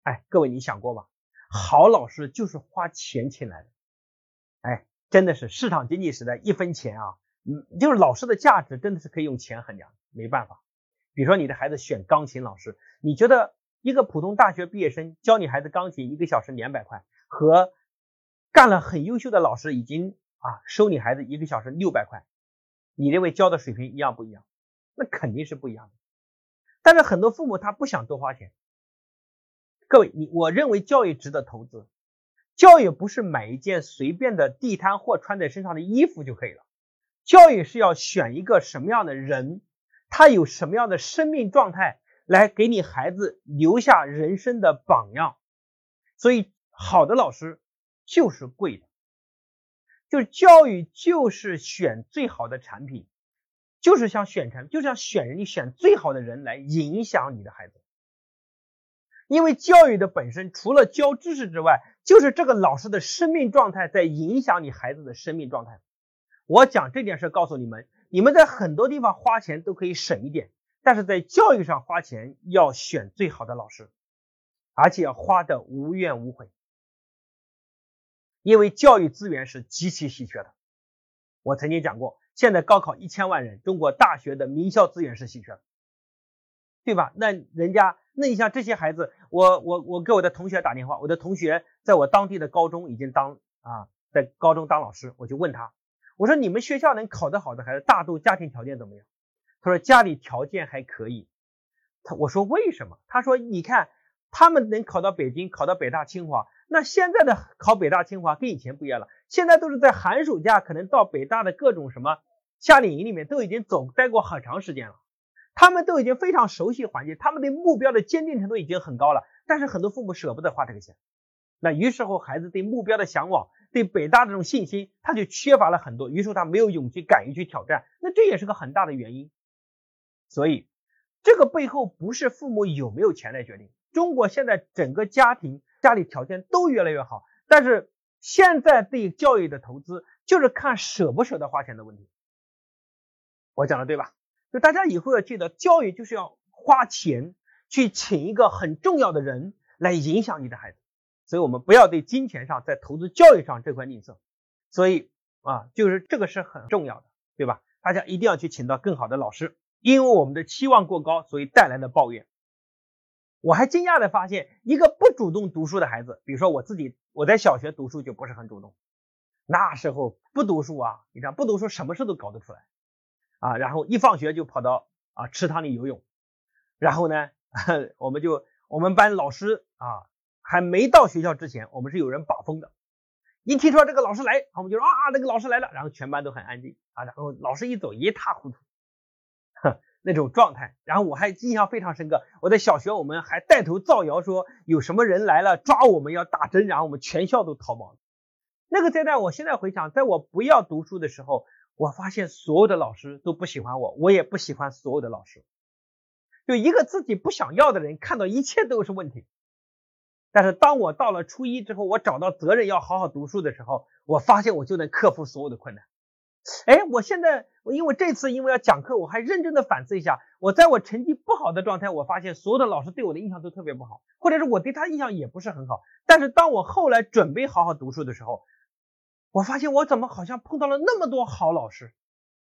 各位你想过吗？好老师就是花钱请来的。真的是市场经济时代1分钱啊，就是老师的价值真的是可以用钱衡量，没办法。比如说你的孩子选钢琴老师，你觉得一个普通大学毕业生教你孩子钢琴1个小时200块，和干了很优秀的老师已经收你孩子1个小时600块，你认为教的水平一样不一样？那肯定是不一样的。但是很多父母他不想多花钱。各位，我认为教育值得投资。教育不是买一件随便的地摊货穿在身上的衣服就可以了。教育是要选一个什么样的人，他有什么样的生命状态，来给你孩子留下人生的榜样。所以好的老师就是贵的，就是教育就是选最好的产品，就是想选人，你选最好的人来影响你的孩子。因为教育的本身除了教知识之外，就是这个老师的生命状态在影响你孩子的生命状态。我讲这件事告诉你们，你们在很多地方花钱都可以省一点，但是在教育上花钱要选最好的老师，而且要花得无怨无悔。因为教育资源是极其稀缺的。我曾经讲过，现在高考1000万人，中国大学的名校资源是稀缺的，对吧？那你像这些孩子，我给我的同学打电话，我的同学在我当地的高中已经在高中当老师，我就问他，我说你们学校能考得好的孩子，大多家庭条件怎么样？他说家里条件还可以。我说为什么？他说你看他们能考到北京，考到北大清华，那现在的考北大清华跟以前不一样了，现在都是在寒暑假可能到北大的各种什么夏令营里面都已经待过很长时间了，他们都已经非常熟悉环境，他们对目标的坚定程度已经很高了，但是很多父母舍不得花这个钱。那于是后孩子对目标的向往，对北大这种信心他就缺乏了很多，于是他没有勇气敢于去挑战，那这也是个很大的原因。所以这个背后不是父母有没有钱来决定，中国现在整个家庭家里条件都越来越好，但是现在对教育的投资就是看舍不舍得花钱的问题。我讲的对吧？就大家以后要记得，教育就是要花钱去请一个很重要的人来影响你的孩子，所以我们不要对金钱上在投资教育上这块吝啬。所以就是这个是很重要的，对吧？大家一定要去请到更好的老师，因为我们的期望过高，所以带来的抱怨。我还惊讶的发现，一个不主动读书的孩子，比如说我在小学读书就不是很主动，那时候不读书你知道不读书什么事都搞得出来然后一放学就跑到池塘里游泳。然后呢我们班老师还没到学校之前，我们是有人把风的，一听说这个老师来，我们就说那个老师来了，然后全班都很安静然后老师一走一塌糊涂那种状态。然后我还印象非常深刻，我在小学我们还带头造谣说有什么人来了抓我们要打针，然后我们全校都逃跑。那个阶段我现在回想，在我不要读书的时候，我发现所有的老师都不喜欢我，我也不喜欢所有的老师。就一个自己不想要的人看到一切都是问题。但是当我到了初一之后，我找到责任要好好读书的时候，我发现我就能克服所有的困难。我现在因为这次要讲课，我还认真的反思一下，我在我成绩不好的状态，我发现所有的老师对我的印象都特别不好，或者是我对他印象也不是很好。但是当我后来准备好好读书的时候，我发现我怎么好像碰到了那么多好老师，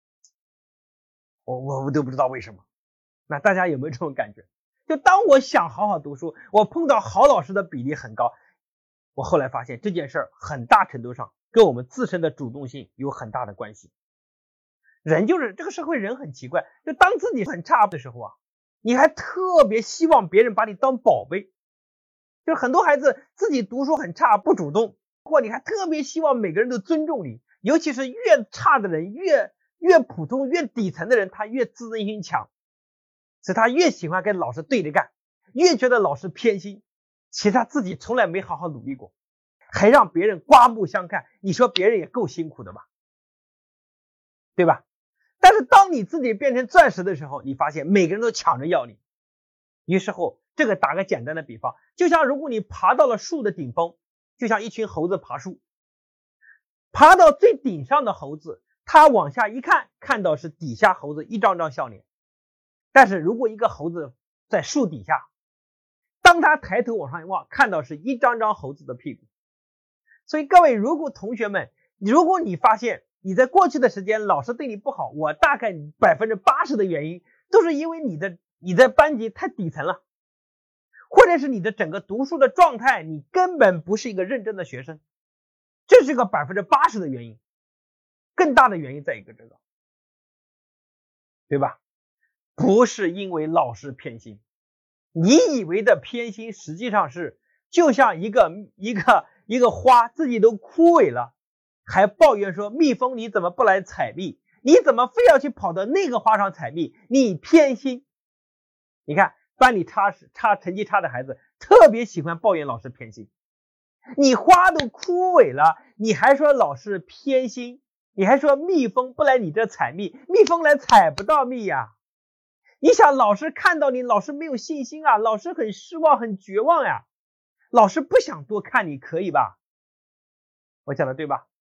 我都不知道为什么。那大家有没有这种感觉？就当我想好好读书，我碰到好老师的比例很高。我后来发现这件事很大程度上跟我们自身的主动性有很大的关系。人就是这个社会人很奇怪，就当自己很差的时候你还特别希望别人把你当宝贝。就是很多孩子自己读书很差不主动，或你还特别希望每个人都尊重你，尤其是越差的人，越普通越底层的人，他越自尊心强，所以他越喜欢跟老师对着干，越觉得老师偏心，其实他自己从来没好好努力过，还让别人刮目相看，你说别人也够辛苦的吧，对吧？但是当你自己变成钻石的时候，你发现每个人都抢着要你。于是后这个打个简单的比方，就像如果你爬到了树的顶峰，就像一群猴子爬树，爬到最顶上的猴子，他往下一看，看到是底下猴子一张张笑脸。但是如果一个猴子在树底下， 当他抬头往上一望，看到是一张张猴子的屁股。所以各位，如果同学们，如果你发现你在过去的时间老师对你不好，我大概80%的原因都是因为你在班级太底层了，或者是你的整个读书的状态，你根本不是一个认真的学生，这是个80%的原因。更大的原因在一个这个，对吧？不是因为老师偏心，你以为的偏心实际上是就像一个花自己都枯萎了，还抱怨说蜜蜂你怎么不来采蜜，你怎么非要去跑到那个花上采蜜，你偏心。你看班里成绩差的孩子特别喜欢抱怨老师偏心，你花都枯萎了，你还说老师偏心，你还说蜜蜂不来你这采蜜，蜜蜂来采不到蜜呀。你想老师看到你，老师没有信心啊，老师很失望很绝望呀，老师不想多看你，可以吧？我讲的对吧？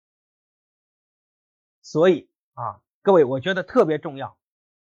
所以各位我觉得特别重要。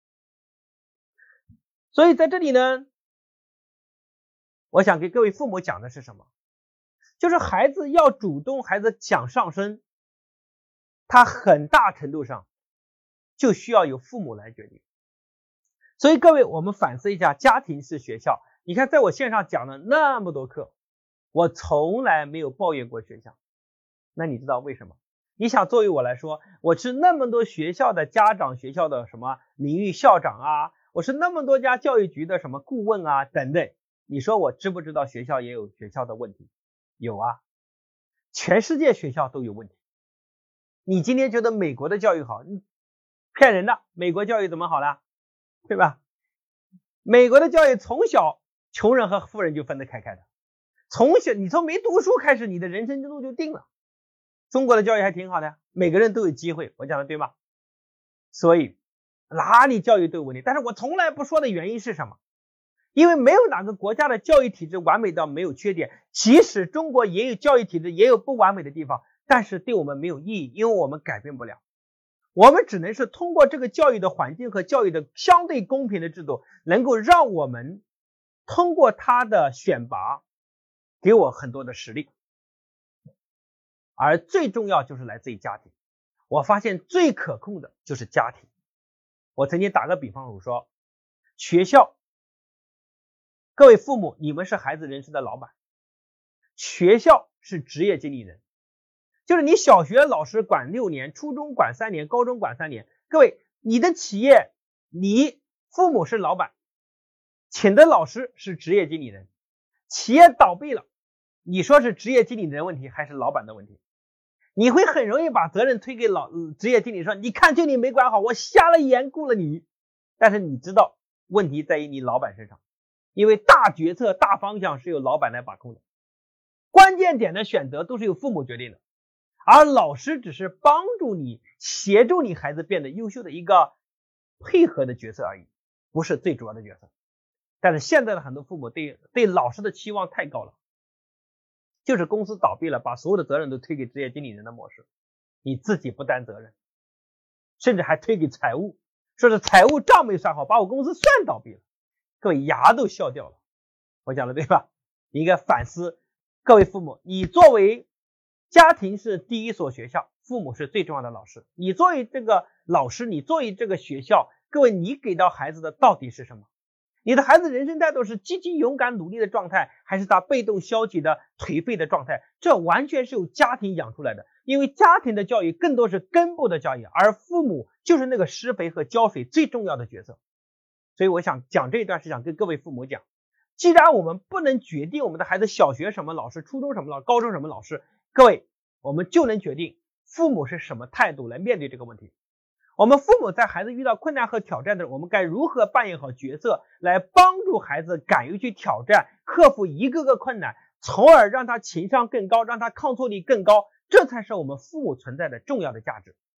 所以在这里呢，我想给各位父母讲的是什么？就是孩子要主动，孩子想上升，他很大程度上就需要由父母来决定。所以各位，我们反思一下家庭式学校。你看在我线上讲了那么多课，我从来没有抱怨过学校。那你知道为什么？你想作为我来说，我是那么多学校的家长，学校的什么名誉校长啊，我是那么多家教育局的什么顾问啊等等，你说我知不知道学校也有学校的问题？有啊，全世界学校都有问题。你今天觉得美国的教育好，骗人的，美国教育怎么好了？对吧？美国的教育从小穷人和富人就分得开的，从小你从没读书开始，你的人生之路就定了。中国的教育还挺好的，每个人都有机会，我讲的对吗？所以哪里教育都有问题，但是我从来不说的原因是什么？因为没有哪个国家的教育体制完美到没有缺点，即使中国也有教育体制也有不完美的地方，但是对我们没有意义，因为我们改变不了。我们只能是通过这个教育的环境和教育的相对公平的制度，能够让我们通过它的选拔给我很多的实力，而最重要就是来自于家庭。我发现最可控的就是家庭。我曾经打个比方，我说学校，各位父母，你们是孩子人生的老板，学校是职业经理人，就是你小学老师管6年，初中管3年，高中管3年。各位，你的企业，你父母是老板，请的老师是职业经理人，企业倒闭了，你说是职业经理人问题还是老板的问题？你会很容易把责任推给职业经理，说你看就你没管好，我瞎了眼雇了你。但是你知道问题在于你老板身上，因为大决策大方向是由老板来把控的，关键点的选择都是由父母决定的，而老师只是帮助你协助你孩子变得优秀的一个配合的角色而已，不是最主要的角色。但是现在的很多父母对老师的期望太高了，就是公司倒闭了，把所有的责任都推给职业经理人的模式，你自己不担责任，甚至还推给财务，说是财务账没算好，把我公司算倒闭了，各位牙都笑掉了。我讲的对吧？你应该反思，各位父母，你作为家庭是第一所学校，父母是最重要的老师，你作为这个老师，你作为这个学校，各位你给到孩子的到底是什么？你的孩子人生态度是积极勇敢努力的状态，还是他被动消极的颓废的状态？这完全是由家庭养出来的，因为家庭的教育更多是根部的教育，而父母就是那个施肥和浇水最重要的角色。所以我想讲这一段是想跟各位父母讲，既然我们不能决定我们的孩子小学什么老师，初中什么老师，高中什么老师，各位我们就能决定父母是什么态度来面对这个问题。我们父母在孩子遇到困难和挑战的时候，我们该如何扮演好角色，来帮助孩子敢于去挑战，克服一个个困难，从而让他情商更高，让他抗挫力更高，这才是我们父母存在的重要的价值。